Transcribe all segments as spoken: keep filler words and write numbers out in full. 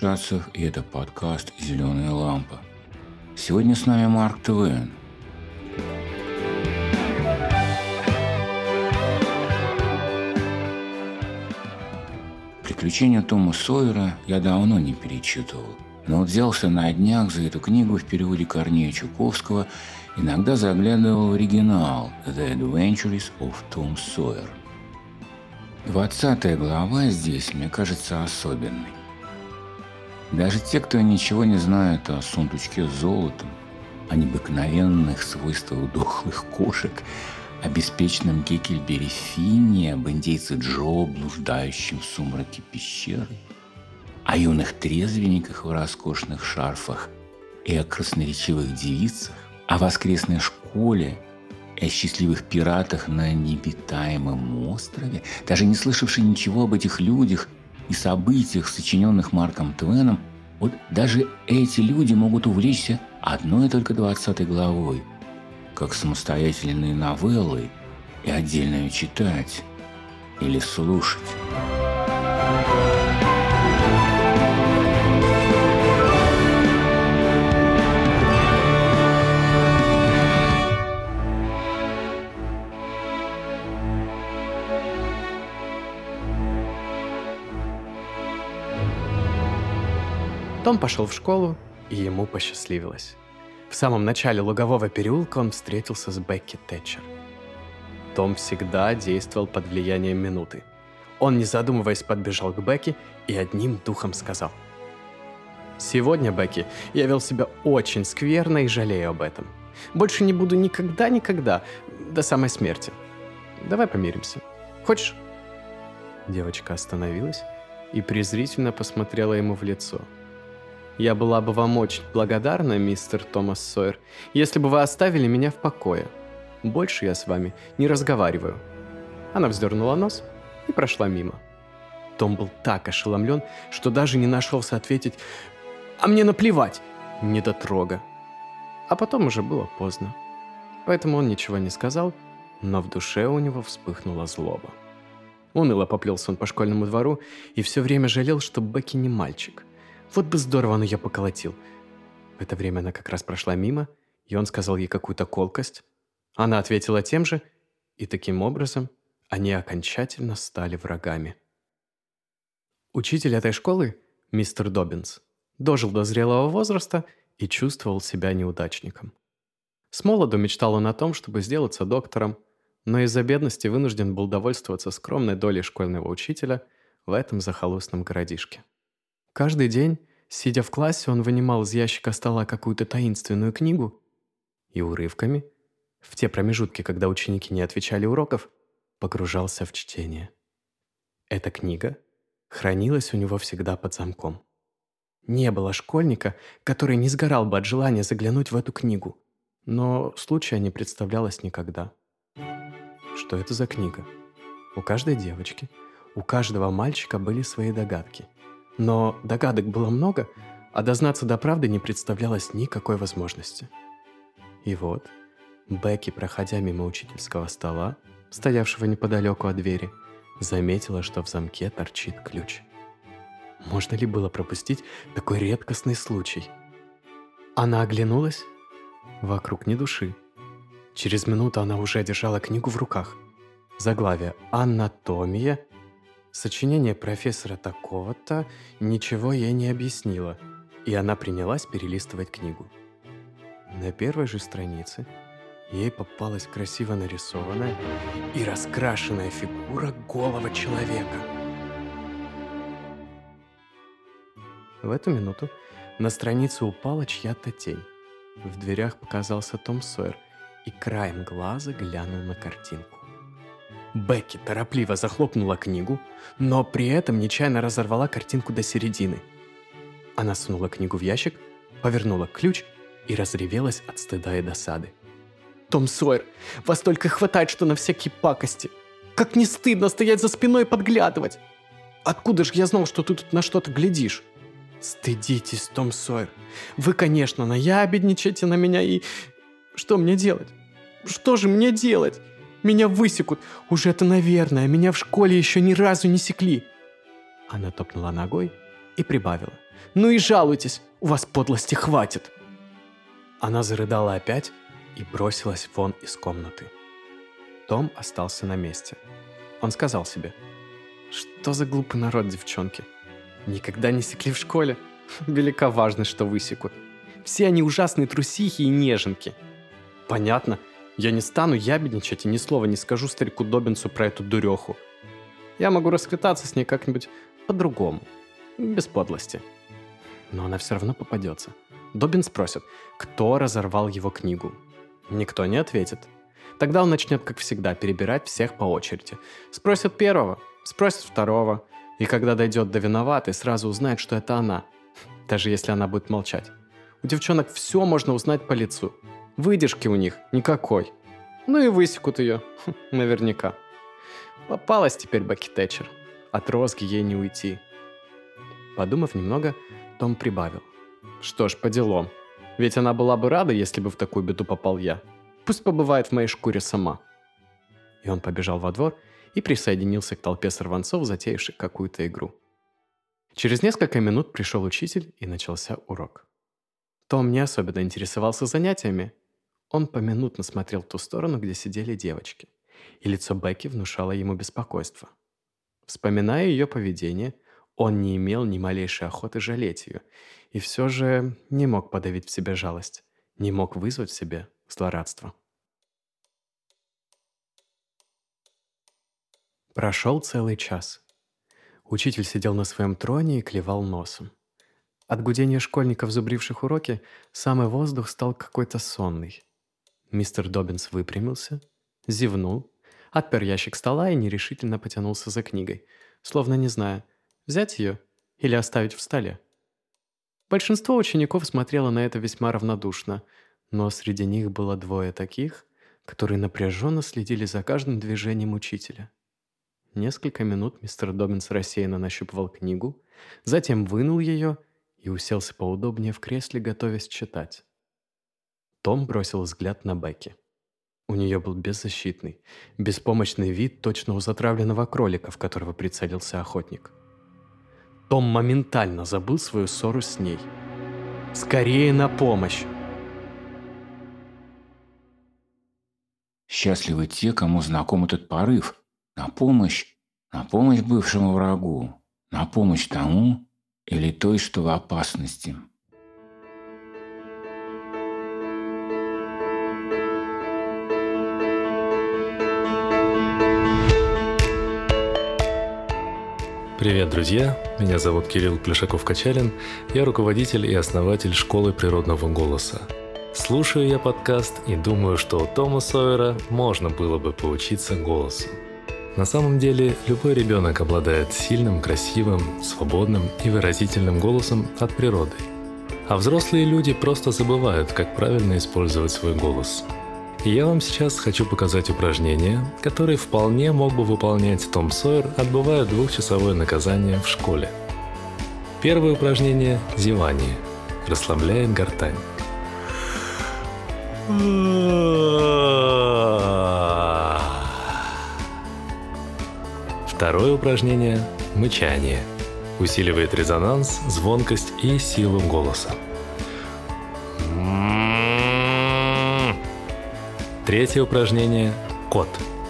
Шацев, и это подкаст «Зеленая лампа». Сегодня с нами Марк Твен. «Приключения Тома Сойера» я давно не перечитывал, но вот взялся на днях за эту книгу в переводе Корнея Чуковского, иногда заглядывал в оригинал «The Adventures of Tom Sawyer». Двадцатая глава здесь, мне кажется, особенной. Даже те, кто ничего не знает о сундучке с золотом, о необыкновенных свойствах дохлых кошек, о беспечном Геккельбере Финне, об индейце Джо, блуждающем в сумраке пещеры, о юных трезвенниках в роскошных шарфах и о красноречивых девицах, о воскресной школе и о счастливых пиратах на необитаемом острове, даже не слышавший ничего об этих людях и событиях, сочиненных Марком Твеном, вот даже эти люди могут увлечься одной только двадцатой главой, как самостоятельные новеллы, и отдельно ее читать или слушать. Том пошел в школу, и ему посчастливилось. В самом начале Лугового переулка он встретился с Бекки Тэтчер. Том всегда действовал под влиянием минуты. Он, не задумываясь, подбежал к Бекки и одним духом сказал: «Сегодня, Бекки, я вел себя очень скверно и жалею об этом. Больше не буду никогда-никогда, до самой смерти. Давай помиримся. Хочешь?» Девочка остановилась и презрительно посмотрела ему в лицо. «Я была бы вам очень благодарна, мистер Томас Сойер, если бы вы оставили меня в покое. Больше я с вами не разговариваю». Она вздернула нос и прошла мимо. Том был так ошеломлен, что даже не нашелся ответить: «А мне наплевать, недотрога». А потом уже было поздно. Поэтому он ничего не сказал, но в душе у него вспыхнула злоба. Уныло поплелся он по школьному двору и все время жалел, что Бекки не мальчик. Вот бы здорово он ее поколотил. В это время она как раз прошла мимо, и он сказал ей какую-то колкость. Она ответила тем же, и таким образом они окончательно стали врагами. Учитель этой школы, мистер Доббинс, дожил до зрелого возраста и чувствовал себя неудачником. С молоду мечтал он о том, чтобы сделаться доктором, но из-за бедности вынужден был довольствоваться скромной долей школьного учителя в этом захолустном городишке. Каждый день, сидя в классе, он вынимал из ящика стола какую-то таинственную книгу и урывками, в те промежутки, когда ученики не отвечали уроков, погружался в чтение. Эта книга хранилась у него всегда под замком. Не было школьника, который не сгорал бы от желания заглянуть в эту книгу, но случая не представлялось никогда. Что это за книга? У каждой девочки, у каждого мальчика были свои догадки. Но догадок было много, а дознаться до правды не представлялось никакой возможности. И вот Бекки, проходя мимо учительского стола, стоявшего неподалеку от двери, заметила, что в замке торчит ключ. Можно ли было пропустить такой редкостный случай? Она оглянулась. Вокруг ни души. Через минуту она уже держала книгу в руках. Заглавие «Анатомия». Сочинение профессора такого-то ничего ей не объяснило, и она принялась перелистывать книгу. На первой же странице ей попалась красиво нарисованная и раскрашенная фигура голого человека. В эту минуту на страницу упала чья-то тень. В дверях показался Том Сойер и краем глаза глянул на картинку. Бекки торопливо захлопнула книгу, но при этом нечаянно разорвала картинку до середины. Она сунула книгу в ящик, повернула ключ и разревелась от стыда и досады. «Том Сойер, вас только хватает, что на всякие пакости! Как не стыдно стоять за спиной и подглядывать! Откуда ж я знал, что ты тут на что-то глядишь? Стыдитесь, Том Сойер! Вы, конечно, наябедничаете на меня и... Что мне делать? Что же мне делать? Меня высекут. Уже это, наверное, меня в школе еще ни разу не секли». Она топнула ногой и прибавила. Ну и жалуйтесь, у вас подлости хватит!» Она зарыдала опять и бросилась вон из комнаты. Том остался на месте. Он сказал себе: «Что за глупый народ, девчонки? Никогда не секли в школе? Велика важность, что высекут. Все они ужасные трусихи и неженки. Понятно, я не стану ябедничать и ни слова не скажу старику Доббинсу про эту дуреху. Я могу расквитаться с ней как-нибудь по-другому, без подлости. Но она все равно попадется. Доббинс спросит, кто разорвал его книгу. Никто не ответит. Тогда он начнет, как всегда, перебирать всех по очереди. Спросит первого, спросит второго. И когда дойдет до виноватой, сразу узнает, что это она. Даже если она будет молчать. У девчонок все можно узнать по лицу. Выдержки у них никакой. Ну и высекут ее. Хм, наверняка. Попалась теперь Бекки Тэтчер. От розги ей не уйти. Подумав немного, Том прибавил. Что ж, по делам. Ведь она была бы рада, если бы в такую беду попал я. Пусть побывает в моей шкуре сама. И он побежал во двор и присоединился к толпе сорванцов, затеявших какую-то игру. Через несколько минут пришел учитель, и начался урок. Том не особенно интересовался занятиями. Он поминутно смотрел в ту сторону, где сидели девочки, и лицо Бекки внушало ему беспокойство. Вспоминая ее поведение, он не имел ни малейшей охоты жалеть ее, и все же не мог подавить в себе жалость, не мог вызвать в себе злорадство. Прошел целый час. Учитель сидел на своем троне и клевал носом. От гудения школьников, зубривших уроки, самый воздух стал какой-то сонный. Мистер Доббинс выпрямился, зевнул, отпер ящик стола и нерешительно потянулся за книгой, словно не зная, взять ее или оставить в столе. Большинство учеников смотрело на это весьма равнодушно, но среди них было двое таких, которые напряженно следили за каждым движением учителя. Несколько минут мистер Доббинс рассеянно нащупывал книгу, затем вынул ее и уселся поудобнее в кресле, готовясь читать. Том бросил взгляд на Бекки. У нее был беззащитный, беспомощный вид точно у затравленного кролика, в которого прицелился охотник. Том моментально забыл свою ссору с ней. «Скорее на помощь!» Счастливы те, кому знаком этот порыв. На помощь, на помощь бывшему врагу, на помощь тому или той, что в опасности. Привет, друзья! Меня зовут Кирилл Плешаков-Качалин. Я руководитель и основатель Школы природного голоса. Слушаю я подкаст и думаю, что у Тома Сойера можно было бы поучиться голосу. На самом деле, любой ребенок обладает сильным, красивым, свободным и выразительным голосом от природы. А взрослые люди просто забывают, как правильно использовать свой голос. И я вам сейчас хочу показать упражнение, которое вполне мог бы выполнять Том Сойер, отбывая двухчасовое наказание в школе. Первое упражнение – зевание. Расслабляет гортань. Второе упражнение – мычание. Усиливает резонанс, звонкость и силу голоса. Третье упражнение – кот.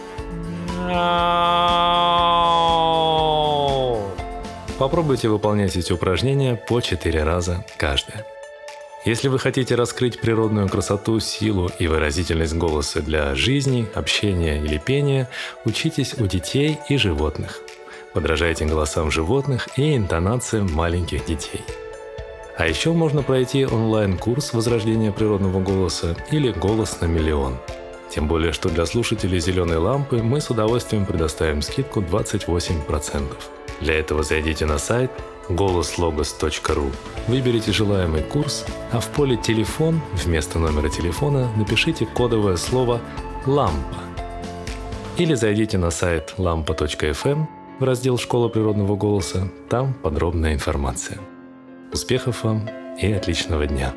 Попробуйте выполнять эти упражнения по четыре раза каждое. Если вы хотите раскрыть природную красоту, силу и выразительность голоса для жизни, общения или пения, учитесь у детей и животных. Подражайте голосам животных и интонациям маленьких детей. А еще можно пройти онлайн-курс возрождения природного голоса или «Голос на миллион». Тем более, что для слушателей «Зеленой лампы» мы с удовольствием предоставим скидку двадцать восемь процентов. Для этого зайдите на сайт голос логос точка ру, выберите желаемый курс, а в поле «Телефон» вместо номера телефона напишите кодовое слово «Лампа». Или зайдите на сайт лампа точка эф эм в раздел «Школа природного голоса», там подробная информация. Успехов вам и отличного дня!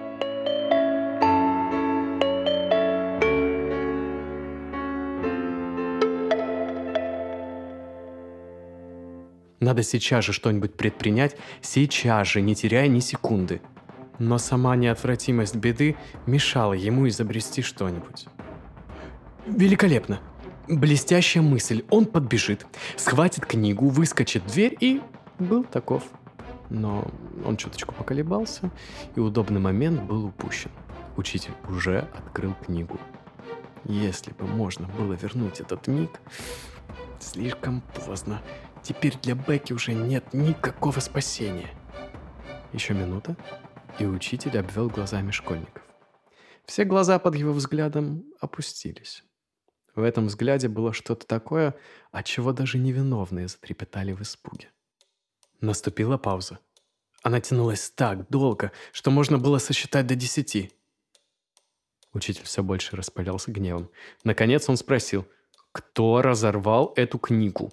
Надо сейчас же что-нибудь предпринять, сейчас же, не теряя ни секунды. Но сама неотвратимость беды мешала ему изобрести что-нибудь. Великолепно! Блестящая мысль. Он подбежит, схватит книгу, выскочит в дверь и... был таков. Но он чуточку поколебался, и удобный момент был упущен. Учитель уже открыл книгу. Если бы можно было вернуть этот миг, слишком поздно. Теперь для Бекки уже нет никакого спасения. Еще минута, и учитель обвел глазами школьников. Все глаза под его взглядом опустились. В этом взгляде было что-то такое, от чего даже невиновные затрепетали в испуге. Наступила пауза. Она тянулась так долго, что можно было сосчитать до десяти. Учитель все больше распалялся гневом. Наконец он спросил, кто разорвал эту книгу?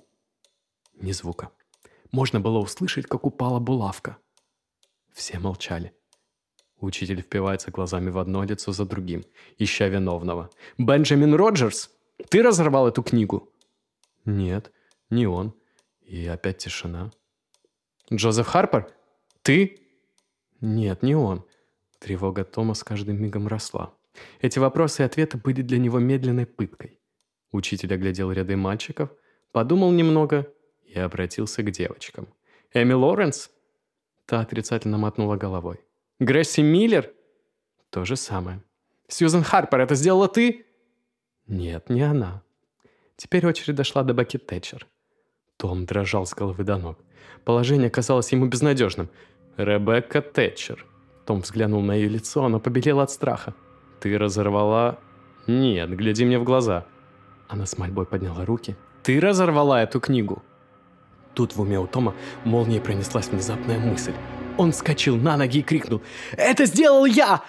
Ни звука. Можно было услышать, как упала булавка. Все молчали. Учитель впивается глазами в одно лицо за другим, ища виновного. «Бенджамин Роджерс, ты разорвал эту книгу?» «Нет, не он». И опять тишина. «Джозеф Харпер, ты?» «Нет, не он». Тревога Тома с каждым мигом росла. Эти вопросы и ответы были для него медленной пыткой. Учитель оглядел ряды мальчиков, подумал немного и обратился к девочкам. «Эми Лоренс?» Та отрицательно мотнула головой. «Гресси Миллер?» То же самое. «Сьюзен Харпер, это сделала ты?» Нет, не она. Теперь очередь дошла до Бекки Тэтчер. Том дрожал с головы до ног. Положение казалось ему безнадежным. «Ребекка Тэтчер». Том взглянул на ее лицо, оно побелело от страха. «Ты разорвала...» «Нет, гляди мне в глаза». Она с мольбой подняла руки. «Ты разорвала эту книгу?» Тут в уме у Тома молнией пронеслась внезапная мысль. Он вскочил на ноги и крикнул: «Это сделал я!»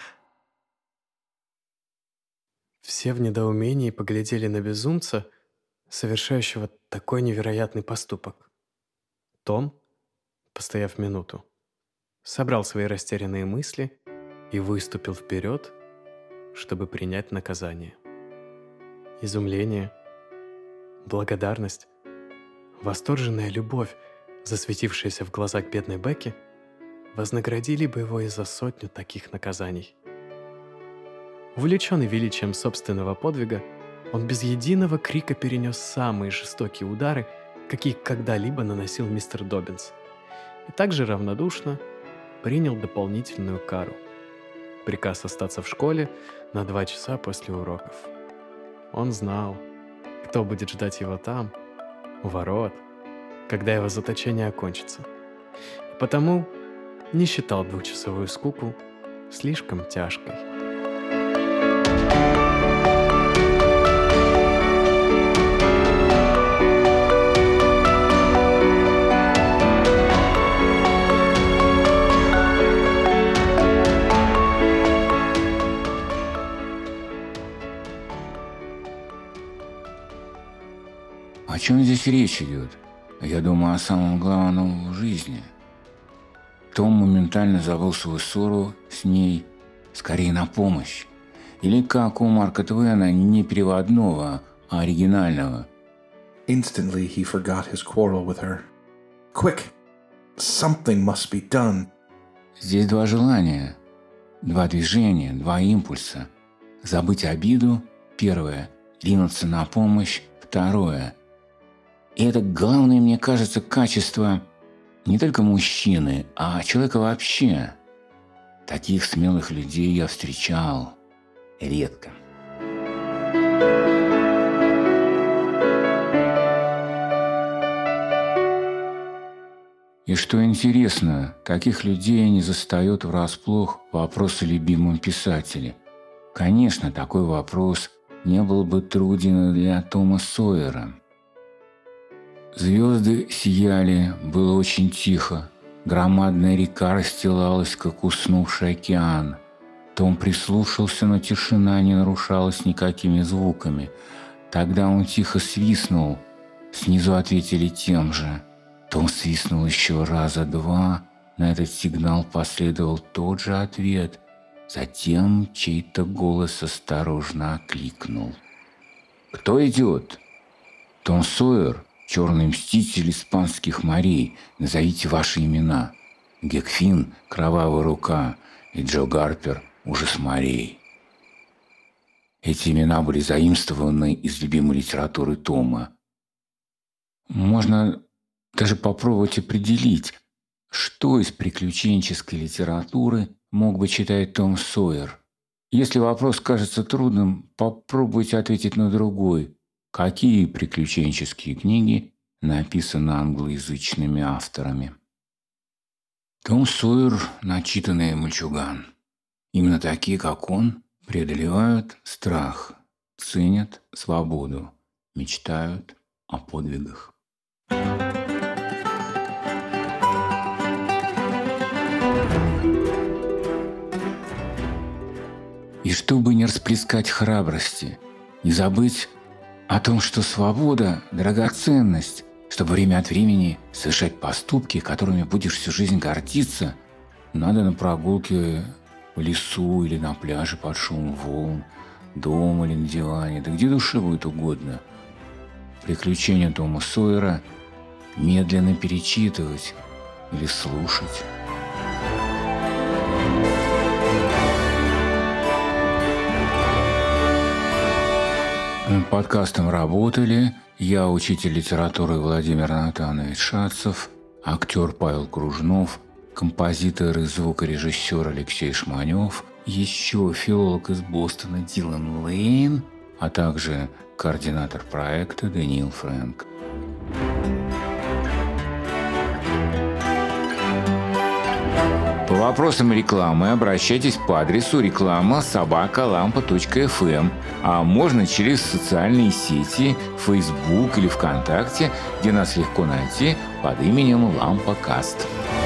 Все в недоумении поглядели на безумца, совершающего такой невероятный поступок. Том, постояв минуту, собрал свои растерянные мысли и выступил вперед, чтобы принять наказание. Изумление, благодарность, восторженная любовь, засветившаяся в глазах бедной Бекки, вознаградили бы его и за сотню таких наказаний. Увлеченный величием собственного подвига, он без единого крика перенес самые жестокие удары, какие когда-либо наносил мистер Доббинс, и также равнодушно принял дополнительную кару – приказ остаться в школе на два часа после уроков. Он знал, кто будет ждать его там, у ворот, когда его заточение окончится, и потому не считал двухчасовую скуку слишком тяжкой. О чем здесь речь идет? Я думаю о самом главном в жизни. Том моментально забыл свою ссору с ней, скорее на помощь. Или как у Марка Твена, не переводного, а оригинального. Instantly he forgot his quarrel with her. Quick! Something must be done. Здесь два желания, два движения, два импульса. Забыть обиду – первое, ринуться на помощь – второе. И это главное, мне кажется, качество не только мужчины, а человека вообще. Таких смелых людей я встречал редко. И что интересно, таких людей не застают врасплох вопросы любимом писателе. Конечно, такой вопрос не был бы труден для Тома Сойера. Звезды сияли, было очень тихо. Громадная река расстилалась, как уснувший океан. Том прислушался, но тишина не нарушалась никакими звуками. Тогда он тихо свистнул. Снизу ответили тем же. Том свистнул еще раза два. На этот сигнал последовал тот же ответ. Затем чей-то голос осторожно окликнул. «Кто идет?» «Том Сойер. черный мститель испанских морей. Назовите ваши имена. Гек Финн – кровавая рука, и Джо Гарпер – ужас морей. Эти имена были заимствованы из любимой литературы Тома. Можно даже попробовать определить, что из приключенческой литературы мог бы читать Том Сойер. Если вопрос кажется трудным, попробуйте ответить на другой. Какие приключенческие книги написаны англоязычными авторами? Том Сойер – начитанный мальчуган. Именно такие, как он, преодолевают страх, ценят свободу, мечтают о подвигах. И чтобы не расплескать храбрости, не забыть о том, что свобода – драгоценность, чтобы время от времени совершать поступки, которыми будешь всю жизнь гордиться, надо на прогулке в лесу или на пляже под шум волн, дома или на диване, да где душе будет угодно. Приключения Тома Сойера медленно перечитывать или слушать. Над подкастом работали я, учитель литературы Владимир Натанович Шацев, актер Павел Кружнов, композитор и звукорежиссер Алексей Шманев, еще филолог из Бостона Дилан Лейн, а также координатор проекта Даниил Фрэнк. По вопросам рекламы обращайтесь по адресу реклама собака лампа точка эф эм, а можно через социальные сети, Facebook или ВКонтакте, где нас легко найти под именем Лампа Каст.